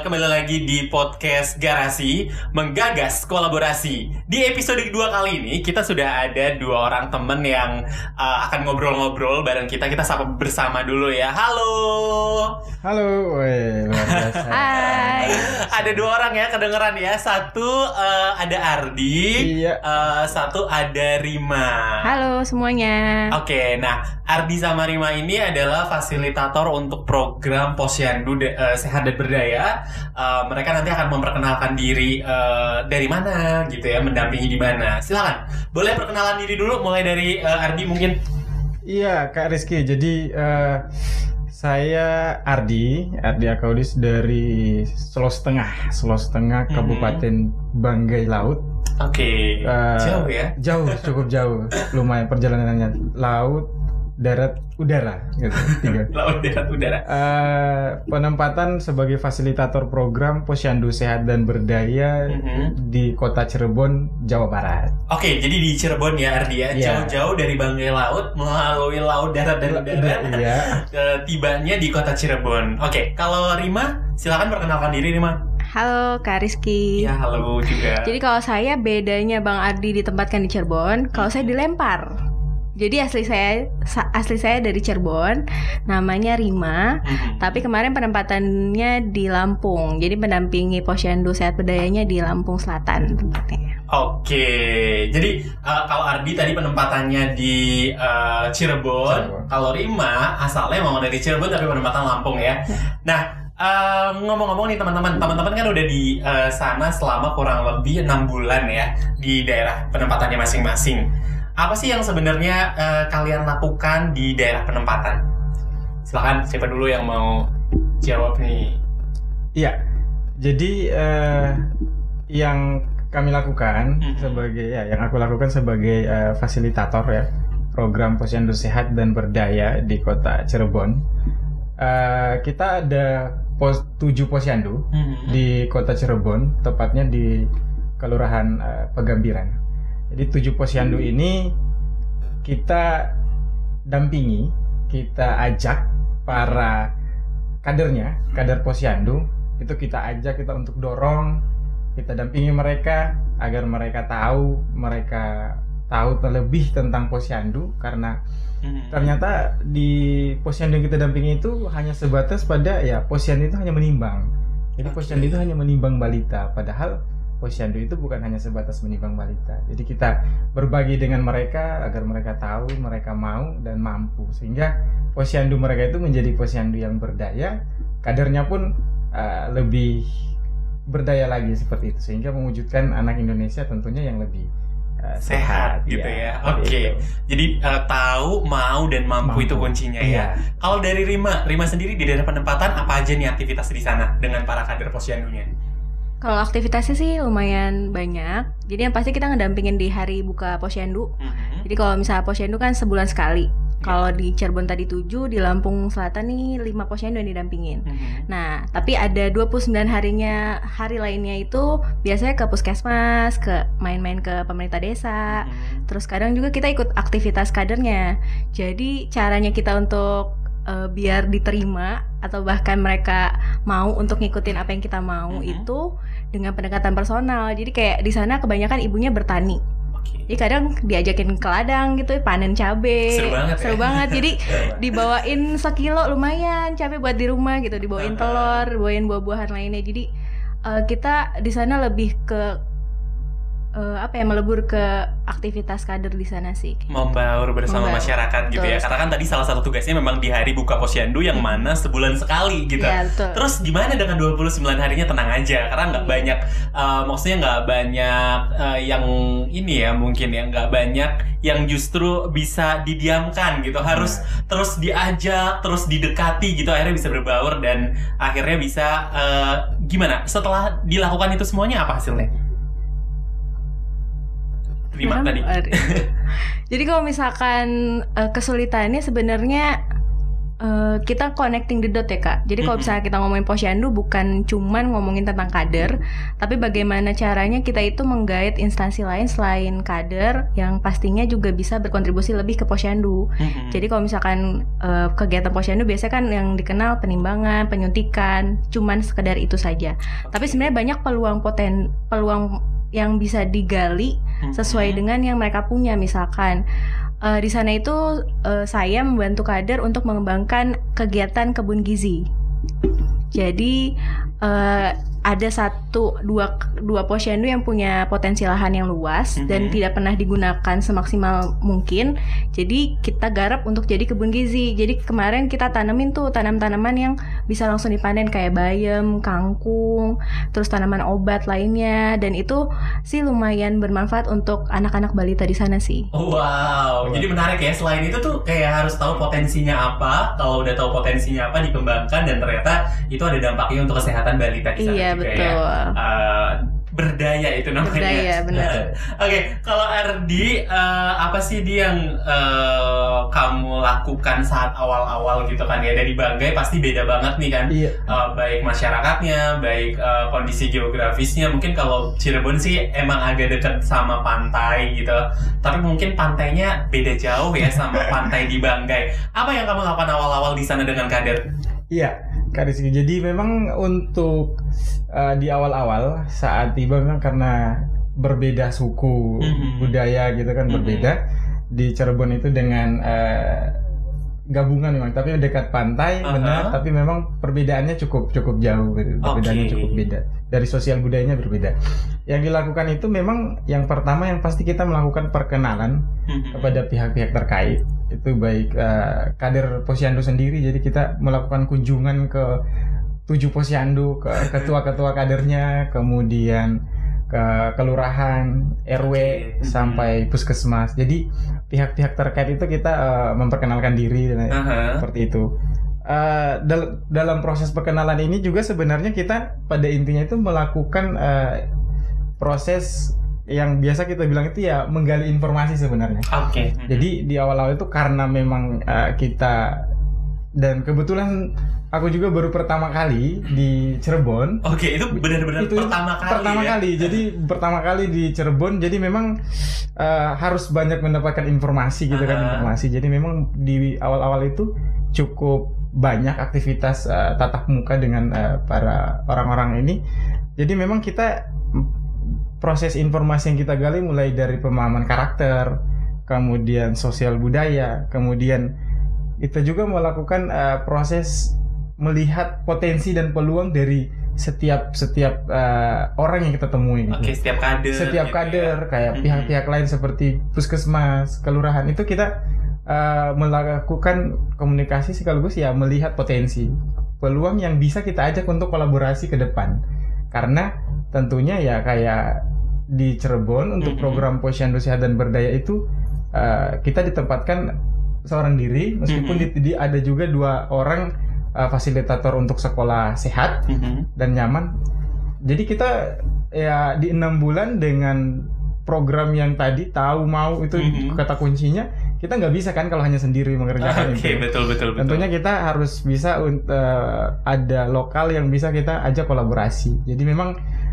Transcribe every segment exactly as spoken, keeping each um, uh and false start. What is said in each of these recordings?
kembali lagi di podcast Garasi Menggagas Kolaborasi. Di episode kedua kali ini kita sudah ada dua orang temen yang uh, akan ngobrol-ngobrol bareng kita. Kita sapa bersama dulu ya. Halo. Halo, weh, luar biasa. Hai. Ada dua orang ya, kedengeran ya. Satu uh, ada Ardi, Iya. uh, satu ada Rima. Halo semuanya. Oke, nah Ardi sama Rima ini adalah fasilitator untuk program Posyandu de- uh, Sehat dan Berdaya. Uh, mereka nanti akan memperkenalkan diri uh, dari mana gitu ya, mendampingi di mana. Silakan, boleh perkenalan diri dulu, mulai dari uh, Ardi mungkin. Iya, Kak Rizky. Jadi uh, saya Ardi, Ardi Akaudis dari Sulawesi Tengah, Sulawesi Tengah, Hmm. Kabupaten Banggai Laut. Oke, Uh, jauh ya. Jauh, cukup jauh. Lumayan perjalanannya. Laut, darat, udara gitu. Tiga. Laut, darat, udara. Uh, penempatan sebagai fasilitator program Posyandu Sehat dan Berdaya Mhm. di Kota Cirebon, Jawa Barat. Oke, jadi di Cirebon ya Ardi ya, Iya. jauh-jauh dari Banggai Laut melalui laut, darat dan udara. Iya. uh, tibanya di Kota Cirebon. Oke, kalau Rima, silakan perkenalkan diri Rima. Halo Kak Rizky. Iya, halo juga. Jadi kalau saya bedanya Bang Ardi ditempatkan di Cirebon, kalau saya dilempar. Jadi asli saya sa- asli saya dari Cirebon, namanya Rima. Mhm. Tapi kemarin penempatannya di Lampung. Jadi mendampingi Posyandu Sehat Berdayanya di Lampung Selatan tempatnya. Oke, jadi uh, kalau Ardi tadi penempatannya di uh, Cirebon, Cirebon. kalau Rima asalnya memang dari Cirebon tapi penempatan Lampung ya. Nah, uh, ngomong-ngomong nih teman-teman, teman-teman kan udah di uh, sana selama kurang lebih enam bulan ya di daerah penempatannya masing-masing. Apa sih yang sebenarnya uh, kalian lakukan di daerah penempatan? Silakan, siapa dulu yang mau jawab nih? Iya, jadi eh, yang kami lakukan Mhm. sebagai ya, yang aku lakukan sebagai eh, fasilitator ya program Posyandu Sehat dan Berdaya di Kota Cirebon. Eh, kita ada pos tujuh posyandu Mhm. di Kota Cirebon, tepatnya di Kelurahan eh, Pegambiran. Jadi tujuh posyandu ini kita dampingi, kita ajak para kadernya, kader posyandu itu kita ajak kita untuk dorong, kita dampingi mereka agar mereka tahu, mereka tahu lebih tentang posyandu karena Mhm. ternyata di posyandu yang kita dampingi itu hanya sebatas pada ya posyandu itu hanya menimbang. Jadi Oke. posyandu itu hanya menimbang balita, padahal posyandu itu bukan hanya sebatas menimbang balita. Jadi kita berbagi dengan mereka agar mereka tahu, mereka mau dan mampu, sehingga posyandu mereka itu menjadi posyandu yang berdaya, kadernya pun uh, lebih berdaya lagi seperti itu, sehingga mewujudkan anak Indonesia tentunya yang lebih uh, Sehat gitu ya. Oke. Jadi uh, tahu, mau dan mampu, Mampu. itu kuncinya Iya. ya. Kalau dari Rima, Rima sendiri di daerah penempatan apa aja nih aktivitas di sana dengan para kader posyandunya? Kalau aktivitasnya sih lumayan banyak. Jadi yang pasti kita ngedampingin di hari buka Posyandu. Mhm. Jadi kalau misalnya Posyandu kan sebulan sekali. Kalau di Cirebon tadi tujuh, di Lampung Selatan nih lima Posyandu yang didampingin. Mhm. Nah, tapi ada dua puluh sembilan harinya, hari lainnya itu biasanya ke puskesmas, ke main-main ke pemerintah desa. Mhm. Terus kadang juga kita ikut aktivitas kadernya. Jadi caranya kita untuk uh, biar diterima atau bahkan mereka mau untuk ngikutin apa yang kita mau Mhm. itu dengan pendekatan personal. Jadi kayak di sana kebanyakan ibunya bertani. Oke. Jadi kadang diajakin ke ladang gitu, panen cabe. Seru banget ya. Seru banget. Jadi dibawain sekilo lumayan cabe buat di rumah gitu, dibawain telur, dibawain buah-buahan lainnya. Jadi uh, kita di sana lebih ke uh, apa ya, melebur ke aktivitas kader di sana sih. Membaur bersama Membaur. masyarakat gitu ya. Betul. Karena kan tadi salah satu tugasnya memang di hari buka posyandu yang mana sebulan sekali gitu. Iya, betul. Terus gimana dengan dua puluh sembilan harinya? Tenang aja, karena nggak Iya. banyak, uh, maksudnya nggak banyak uh, yang ini ya, mungkin ya nggak banyak yang justru bisa didiamkan gitu. Harus terus diajak, terus didekati gitu, akhirnya bisa berbaur dan akhirnya bisa uh, gimana? Setelah dilakukan itu semuanya apa hasilnya? Terima tadi. Jadi kalau misalkan uh, kesulitannya sebenarnya Uh, kita connecting the dot ya Kak. Jadi kalau misalnya kita ngomongin Posyandu bukan cuman ngomongin tentang kader, tapi bagaimana caranya kita itu menggait instansi lain selain kader yang pastinya juga bisa berkontribusi lebih ke Posyandu. Mm-hmm. Jadi kalau misalkan uh, kegiatan Posyandu biasanya kan yang dikenal penimbangan, penyuntikan, cuman sekedar itu saja. Okay. Tapi sebenarnya banyak peluang poten peluang yang bisa digali sesuai mm-hmm. dengan yang mereka punya. Misalkan Uh, di sana itu uh, saya membantu kader untuk mengembangkan kegiatan kebun gizi. Jadi uh, ada satu dua dua posyandu yang punya potensi lahan yang luas mm-hmm. dan tidak pernah digunakan semaksimal mungkin. Jadi kita garap untuk jadi kebun gizi. Jadi kemarin kita tanemin tuh tanam-tanaman yang bisa langsung dipanen kayak bayam, kangkung, terus tanaman obat lainnya, dan itu sih lumayan bermanfaat untuk anak-anak balita di sana sih. Oh, wow, jadi menarik ya. Selain itu tuh kayak harus tahu potensinya apa. Kalau udah tahu potensinya apa dikembangkan, dan ternyata itu ada dampaknya untuk kesehatan balita di sana. Iya, juga betul. Ya. Uh, berdaya itu namanya. Berdaya, benar. Oke, okay, kalau Ardi, uh, apa sih dia yang uh, kamu lakukan saat awal-awal gitu kan ya? Dari Banggai pasti beda banget nih kan. Iya. Uh, baik masyarakatnya, baik uh, kondisi geografisnya. Mungkin kalau Cirebon sih emang agak dekat sama pantai gitu. Tapi mungkin pantainya beda jauh ya sama pantai di Banggai. Apa yang kamu lakukan awal-awal di sana dengan kader? Iya, Kak Rizky. Jadi memang untuk uh, di awal-awal saat tiba memang karena berbeda suku, mm-hmm. budaya gitu kan, mm-hmm. berbeda. Di Cirebon itu dengan uh, gabungan memang, tapi dekat pantai, uh-huh. benar. Tapi memang perbedaannya cukup cukup jauh, gitu. Perbedaannya okay. cukup beda. Dari sosial budayanya berbeda. Yang dilakukan itu memang yang pertama yang pasti kita melakukan perkenalan mm-hmm. kepada pihak-pihak terkait. Itu baik uh, kader Posyandu sendiri, jadi kita melakukan kunjungan ke tujuh Posyandu, ke ketua-ketua kadernya, kemudian ke kelurahan, R W, okay. sampai puskesmas. Jadi pihak-pihak terkait itu kita uh, memperkenalkan diri, uh-huh. seperti itu. Uh, dal- dalam proses perkenalan ini juga sebenarnya kita pada intinya itu melakukan uh, proses yang biasa kita bilang itu ya menggali informasi sebenarnya. Oke. Okay. Jadi di awal-awal itu karena memang uh, kita, dan kebetulan aku juga baru pertama kali di Cirebon. Oke, okay, itu benar-benar itu pertama kali. Pertama ya? kali. Jadi pertama kali di Cirebon. Jadi memang uh, harus banyak mendapatkan informasi gitu uh-huh. kan informasi. Jadi memang di awal-awal itu cukup banyak aktivitas uh, tatap muka dengan uh, para orang-orang ini. Jadi memang kita proses informasi yang kita gali mulai dari pemahaman karakter, kemudian sosial budaya, kemudian kita juga melakukan uh, proses melihat potensi dan peluang dari setiap setiap uh, orang yang kita temui. Oke, okay, setiap kader. Setiap gitu kader, ya. Kayak mm-hmm. pihak-pihak lain seperti puskesmas, kelurahan, itu kita uh, melakukan komunikasi sekaligus ya melihat potensi, peluang yang bisa kita ajak untuk kolaborasi ke depan. Karena tentunya ya kayak di Cirebon untuk mm-hmm. program Posyandu Sehat dan Berdaya itu uh, kita ditempatkan seorang diri, meskipun mm-hmm. di, di, ada juga dua orang uh, fasilitator untuk sekolah sehat mm-hmm. dan nyaman. Jadi kita ya di enam bulan dengan program yang tadi tahu mau itu mm-hmm. kata kuncinya, kita nggak bisa kan kalau hanya sendiri mengerjakan ah, okay, itu. Betul betul betul. Tentunya kita harus bisa uh, ada lokal yang bisa kita ajak kolaborasi. Jadi memang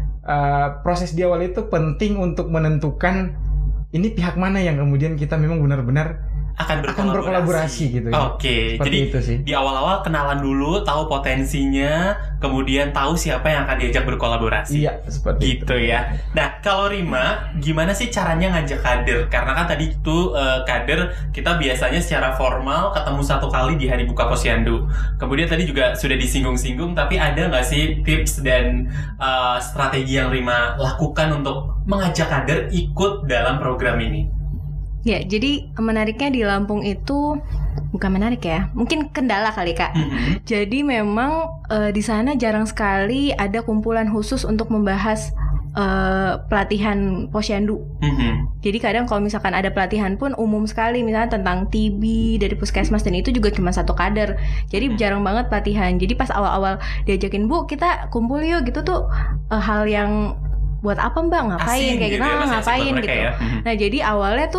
Uh, proses di awal itu penting untuk menentukan ini pihak mana yang kemudian kita memang benar-benar akan berkolaborasi, akan berkolaborasi gitu ya. Oke, okay. Jadi itu sih. Di awal-awal kenalan dulu, tahu potensinya, kemudian tahu siapa yang akan diajak berkolaborasi. Iya, seperti gitu itu. Ya. Nah, kalau Rima, gimana sih caranya ngajak kader? Karena kan tadi itu uh, kader kita biasanya secara formal ketemu satu kali di hari buka Posyandu. Kemudian tadi juga sudah disinggung-singgung, tapi ada nggak sih tips dan uh, strategi yang Rima lakukan untuk mengajak kader ikut dalam program ini? Ya, jadi menariknya di Lampung itu bukan menarik ya, mungkin kendala kali Kak. Mm-hmm. Jadi memang uh, di sana jarang sekali ada kumpulan khusus untuk membahas uh, pelatihan Posyandu. Mm-hmm. Jadi kadang kalau misalkan ada pelatihan pun umum sekali, misalnya tentang T B dari puskesmas, dan itu juga cuma satu kader. Jadi mm-hmm. jarang banget pelatihan. Jadi pas awal-awal diajakin, Bu, kita kumpul yuk, gitu tuh uh, hal yang buat apa Mbak, ngapain, Asin, kayak gitu, gitu ya, ngapain gitu. Ya. Nah jadi awalnya tuh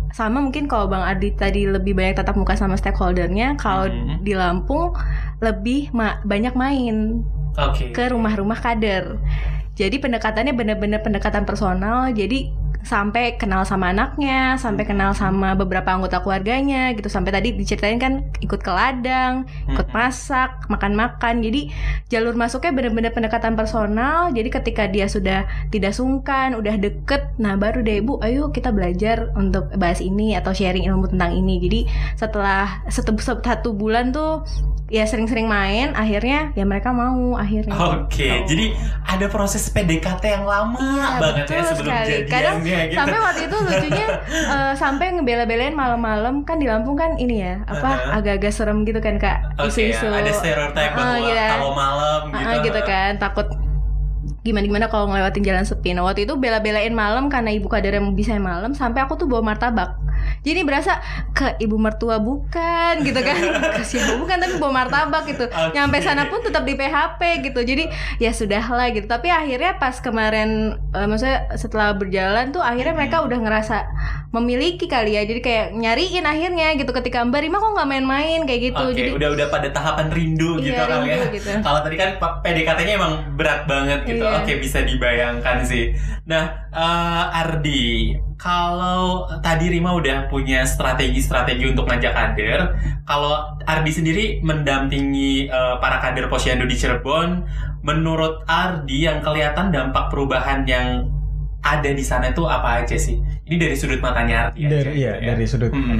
sama mungkin kalau Bang Ardi tadi lebih banyak tatap muka sama stakeholdernya, kalau Mhm. di Lampung lebih ma- banyak main Oke. ke rumah-rumah kader. Jadi pendekatannya benar-benar pendekatan personal. Jadi sampai kenal sama anaknya, sampai kenal sama beberapa anggota keluarganya gitu. Sampai tadi diceritain kan ikut ke ladang, ikut Mhm. masak, makan-makan. Jadi jalur masuknya benar-benar pendekatan personal. Jadi ketika dia sudah tidak sungkan, udah deket, nah baru deh Bu, ayo kita belajar untuk bahas ini atau sharing ilmu tentang ini. Jadi setelah satu, satu bulan tuh ya sering-sering main, akhirnya ya mereka mau akhirnya. Oke, gitu. jadi ada proses P D K T yang lama Iya, banget ya betul sebelum sekali. Kadang jadiannya gitu. sampai waktu itu lucunya eh, sampai ngebela-belain malam-malam kan di Lampung kan ini ya apa Uh-huh. agak-agak serem gitu kan Kak, Oke, isu-isu ada stereotip Ah, bahwa iya. kalau malam Ah, gitu. gitu kan takut gimana-gimana kalau ngelewatin jalan sepi. Nah waktu itu bela-belain malam karena ibu kader yang bisa malam, sampai aku tuh bawa martabak. Jadi berasa ke ibu mertua bukan gitu kan, ke siapa bukan tapi bawa martabak gitu. Oke. Nyampe sana pun tetap di P H P gitu. Jadi ya sudahlah gitu. Tapi akhirnya pas kemarin eh, maksudnya setelah berjalan tuh akhirnya Hmm. mereka udah ngerasa memiliki kali ya. Jadi kayak nyariin akhirnya gitu ketika Mbak Rima kok nggak main-main kayak gitu. Oke, Jadi udah udah pada tahapan rindu gitu iya, kali ya. rindu gitu. Kalau tadi kan P D K T-nya emang berat banget gitu. Iya. Oke, bisa dibayangkan sih. Nah, eh, Ardi, kalau tadi Rima udah punya strategi-strategi untuk ngajak kader, kalau Ardi sendiri mendampingi eh, para kader Posyandu di Cirebon, menurut Ardi yang kelihatan dampak perubahan yang ada di sana itu apa aja sih? Ini dari sudut matanya Ardi aja. Dari iya, gitu ya. dari sudut. Hmm.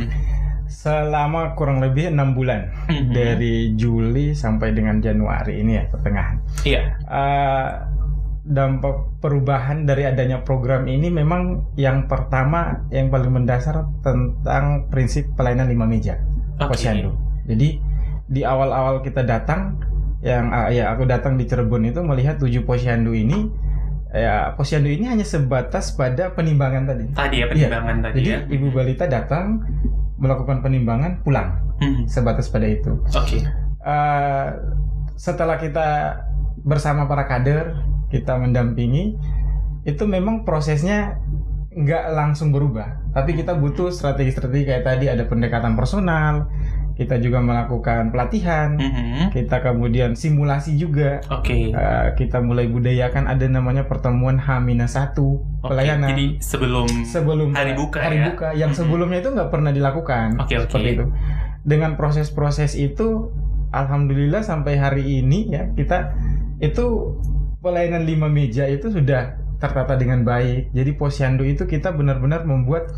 Selama kurang lebih enam bulan Mhm. dari Juli sampai dengan Januari ini ya pertengahan. Iya. Eh, dampak perubahan dari adanya program ini memang yang pertama yang paling mendasar tentang prinsip pelayanan lima meja Oke. Posyandu. Jadi di awal-awal kita datang, yang ah, ya aku datang di Cirebon itu melihat tujuh Posyandu ini, ya Posyandu ini hanya sebatas pada penimbangan tadi. Tadi ya penimbangan tadi Jadi ya. ibu balita datang melakukan penimbangan pulang, Mhm. sebatas pada itu. Oke. Eh, setelah kita bersama para kader, kita mendampingi, itu memang prosesnya nggak langsung berubah, tapi kita butuh strategi-strategi kayak tadi, ada pendekatan personal, kita juga melakukan pelatihan, Mhm. kita kemudian simulasi juga. Oke. Eh, kita mulai budayakan ada namanya pertemuan H minus satu Oke, pelayanan jadi sebelum sebelum hari buka hari ya? buka yang Mhm. sebelumnya itu nggak pernah dilakukan. Oke, oke. Seperti itu. Dengan proses-proses itu, alhamdulillah sampai hari ini ya kita itu pelayanan lima meja itu sudah tertata dengan baik. Jadi Posyandu itu kita benar-benar membuat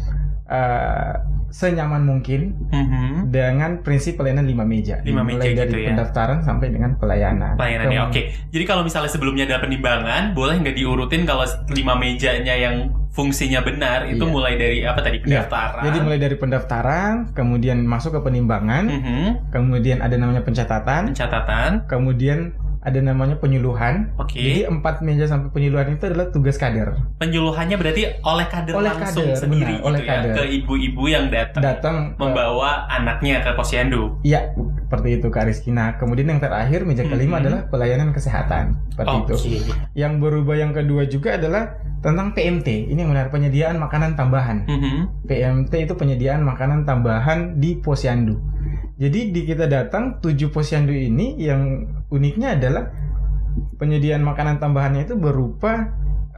uh, senyaman mungkin Mhm. dengan prinsip pelayanan lima meja. Lima Mulai meja dari gitu ya? pendaftaran sampai dengan pelayanan. Pelayanannya Kem- oke. Jadi kalau misalnya sebelumnya ada penimbangan, boleh nggak diurutin kalau lima mejanya yang fungsinya benar itu Iya. mulai dari apa tadi Iya. pendaftaran? Jadi mulai dari pendaftaran, kemudian masuk ke penimbangan, Mhm. kemudian ada namanya pencatatan, Pencatatan. kemudian ada namanya penyuluhan. Oke. Jadi empat meja sampai penyuluhan itu adalah tugas kader. Penyuluhannya berarti oleh kader Oleh langsung kader, sendiri benar, oleh gitu ya, kader. ke ibu-ibu yang datang Datang ke- membawa anaknya ke Posyandu. Iya, seperti itu Kak Rizky. Nah, kemudian yang terakhir meja kelima Mhm. adalah pelayanan kesehatan. Seperti Oke. itu. Yang berubah yang kedua juga adalah tentang P M T. Ini yang benar, penyediaan makanan tambahan. Mhm. P M T itu penyediaan makanan tambahan di Posyandu. Jadi di kita datang tujuh Posyandu ini yang uniknya adalah penyediaan makanan tambahannya itu berupa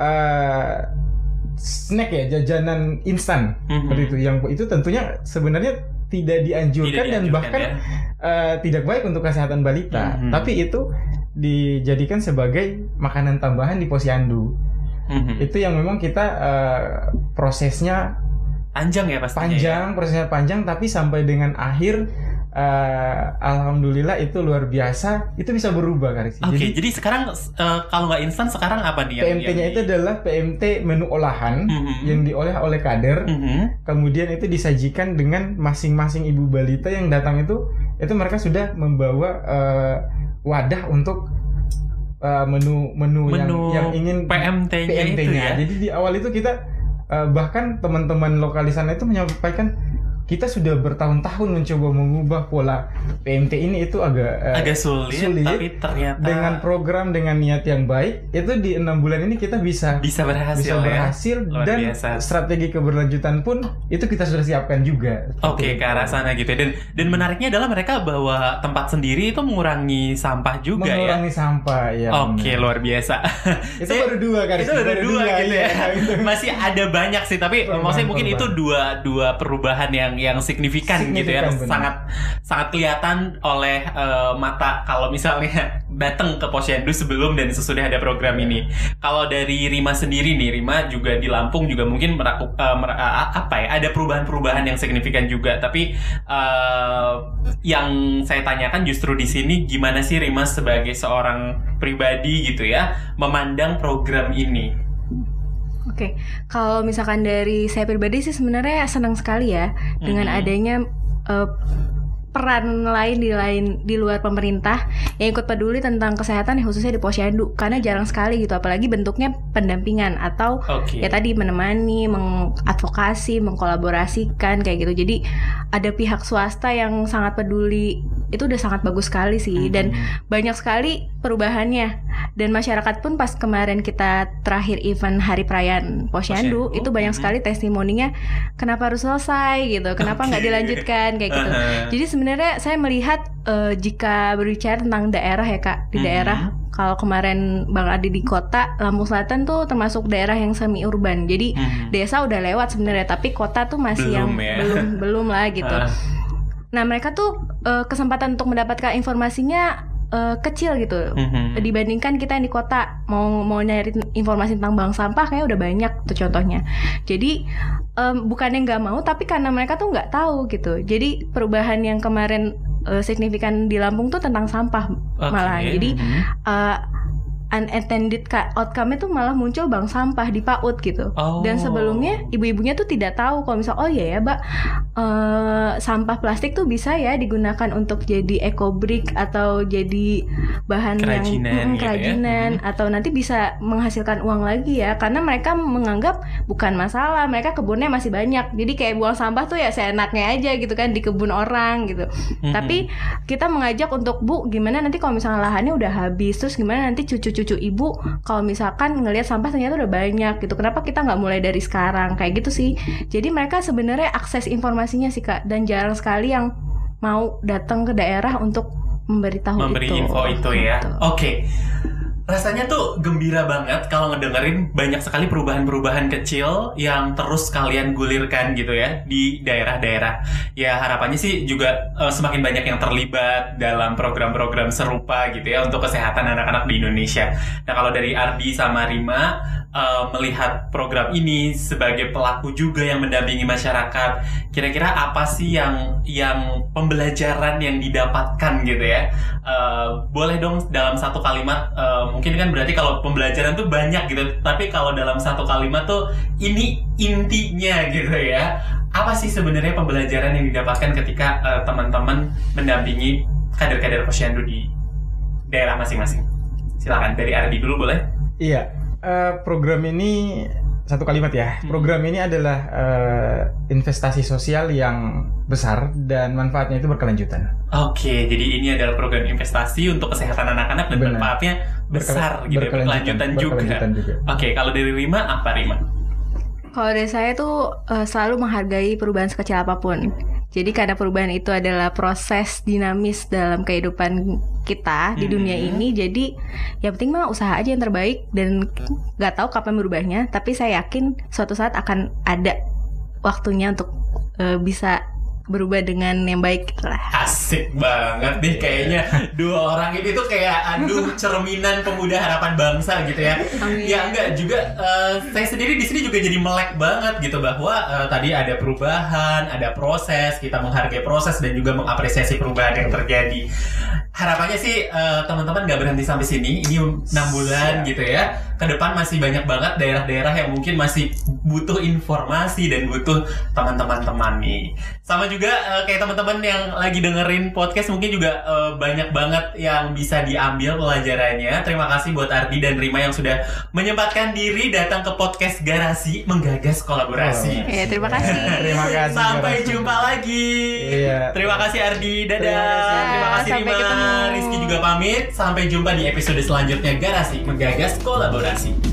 uh, snack ya, jajanan instan. Mhm. Seperti itu. Yang itu tentunya sebenarnya tidak dianjurkan, Tidak dan dianjurkan, bahkan ya. uh, tidak baik untuk kesehatan balita. Mhm. Tapi itu dijadikan sebagai makanan tambahan di Posyandu. Mhm. Itu yang memang kita uh, prosesnya Panjang ya pastinya. panjang, prosesnya panjang, tapi sampai dengan akhir uh, alhamdulillah itu luar biasa. Itu bisa berubah Kak Rizky. Oke, Jadi jadi sekarang eh, kalau nggak instan sekarang apa nih P yang M T-nya yang itu di- adalah P M T menu olahan Mhm. yang diolah oleh kader. Mhm. Kemudian itu disajikan dengan masing-masing ibu balita yang datang itu, itu mereka sudah membawa uh, wadah untuk uh, menu menu, yang, Menu yang ingin P M T-nya itu P M T-nya. ya. Jadi di awal itu kita uh, bahkan teman-teman lokal di sana itu menyampaikan kita sudah bertahun-tahun mencoba mengubah pola P M T ini, itu agak uh, agak sulit, sulit, tapi ternyata dengan program dengan niat yang baik itu di enam bulan ini kita bisa bisa berhasil, bisa berhasil ya? Dan biasa. Strategi keberlanjutan pun itu kita sudah siapkan juga. Oke, okay, ke arah sana gitu. Dan dan menariknya adalah mereka bawa tempat sendiri itu mengurangi sampah juga mengurangi ya. Mengurangi sampah ya. Oke, okay, luar biasa. Itu baru dua kan? Itu baru dua, dua gitu ya. Gitu. Masih ada banyak sih, tapi perubahan, maksudnya mungkin perubahan. itu dua dua perubahan yang yang signifikan, signifikan gitu ya, bener. sangat sangat kelihatan oleh uh, mata kalau misalnya datang ke Posyandu sebelum dan sesudah ada program yeah. ini. Kalau dari Rima sendiri nih, Rima juga di Lampung juga mungkin meraku, uh, mer, uh, apa ya, ada perubahan-perubahan yang signifikan juga. Tapi uh, yang saya tanyakan justru di sini gimana sih Rima sebagai seorang pribadi gitu ya memandang program ini? Oke, okay. Kalau misalkan dari saya pribadi sih sebenarnya senang sekali ya mm-hmm. dengan adanya uh, peran lain di lain di luar pemerintah yang ikut peduli tentang kesehatan khususnya di Posyandu, karena jarang sekali gitu, apalagi bentuknya pendampingan atau okay. ya tadi menemani, mengadvokasi, mengkolaborasikan kayak gitu. Jadi ada pihak swasta yang sangat peduli, itu udah sangat bagus sekali sih mm-hmm. dan banyak sekali perubahannya. Dan masyarakat pun pas kemarin kita terakhir event Hari Perayaan Posyandu, Posyandu. itu banyak mm-hmm. sekali testimoninya kenapa harus selesai gitu, kenapa nggak okay. dilanjutkan kayak gitu. Jadi sebenarnya saya melihat uh, jika berbicara tentang daerah ya Kak, di mm-hmm. daerah kalau kemarin Bang Adi di kota Lampung Selatan tuh termasuk daerah yang semi urban. Jadi mm-hmm. desa udah lewat sebenarnya, tapi kota tuh masih belum, yang ya. belum belum lah gitu. Uh. Nah mereka tuh uh, kesempatan untuk mendapatkan informasinya uh, kecil gitu mm-hmm. dibandingkan kita yang di kota mau mau nyari informasi tentang bank sampah kayak udah banyak tuh contohnya. Jadi um, bukannya nggak mau, tapi karena mereka tuh nggak tahu gitu. Jadi perubahan yang kemarin uh, signifikan di Lampung tuh tentang sampah okay. malah. Jadi mm-hmm. uh, unintended outcome-nya tuh malah muncul bank sampah di PAUD gitu. Oh. Dan sebelumnya ibu-ibunya tuh tidak tahu kalau misal oh iya ya Mbak, uh, sampah plastik tuh bisa ya digunakan untuk jadi eco brick atau jadi bahan kerajinan, yang hmm, kerajinan gitu ya. Atau nanti bisa menghasilkan uang lagi ya, karena mereka menganggap bukan masalah, mereka kebunnya masih banyak. Jadi kayak buang sampah tuh ya seenaknya aja gitu kan di kebun orang gitu. Mm-hmm. Tapi kita mengajak untuk Bu, gimana nanti kalau misalnya lahannya udah habis, terus gimana nanti cucu cucu ibu kalau misalkan ngelihat sampah ternyata udah banyak gitu, kenapa kita nggak mulai dari sekarang kayak gitu sih. Jadi mereka sebenarnya akses informasinya sih Kak, dan jarang sekali yang mau datang ke daerah untuk memberitahu memberi itu. info itu ya. Oke. Okay. Rasanya tuh gembira banget kalau ngedengerin banyak sekali perubahan-perubahan kecil yang terus kalian gulirkan gitu ya di daerah-daerah. Ya harapannya sih juga uh, semakin banyak yang terlibat dalam program-program serupa gitu ya untuk kesehatan anak-anak di Indonesia. Nah kalau dari Ardi sama Rima uh, melihat program ini sebagai pelaku juga yang mendampingi masyarakat, kira-kira apa sih yang yang pembelajaran yang didapatkan gitu ya? Uh, boleh dong dalam satu kalimat, uh, mungkin kan berarti kalau pembelajaran tuh banyak gitu, tapi kalau dalam satu kalimat tuh ini intinya gitu ya. Apa sih sebenarnya pembelajaran yang didapatkan ketika uh, teman-teman mendampingi kader-kader Posyandu di daerah masing-masing? Silakan dari Ardi dulu boleh? Iya, uh, program ini satu kalimat ya. Program ini adalah uh, investasi sosial yang besar dan manfaatnya itu berkelanjutan. Oke, jadi ini adalah program investasi untuk kesehatan anak-anak dan Benar. manfaatnya besar Berkel- gitu, berkelanjutan, berkelanjutan juga. juga. Oke, kalau dari Rima apa Rima? Kalau dari saya tuh uh, selalu menghargai perubahan sekecil apapun. Jadi karena perubahan itu adalah proses dinamis dalam kehidupan kita di dunia hmm. ini, jadi yang penting mah usaha aja yang terbaik, dan nggak tahu kapan berubahnya, tapi saya yakin suatu saat akan ada waktunya untuk uh, bisa berubah dengan yang baik gitu lah. Asik banget nih kayaknya dua orang ini tuh kayak aduh cerminan pemuda harapan bangsa gitu ya. Amin. Ya enggak juga uh, saya sendiri di sini juga jadi melek banget gitu bahwa uh, tadi ada perubahan, ada proses, kita menghargai proses dan juga mengapresiasi perubahan yang terjadi. Harapannya sih uh, teman-teman nggak berhenti sampai sini. Ini enam bulan gitu ya. ke depan masih banyak banget daerah-daerah yang mungkin masih butuh informasi dan butuh teman-teman teman nih. Sama juga uh, kayak teman-teman yang lagi dengerin podcast mungkin juga uh, banyak banget yang bisa diambil pelajarannya. Terima kasih buat Ardi dan Rima yang sudah menyempatkan diri datang ke podcast Garasi menggagas kolaborasi. Oh. Ya, terima kasih. Terima kasih. Sampai jumpa lagi. Iya. Terima kasih Ardi. Dadah. Terima kasih, Terima kasih Sampai Rima. ketemu. Rizky juga pamit. Sampai jumpa di episode selanjutnya Garasi menggagas kolaborasi.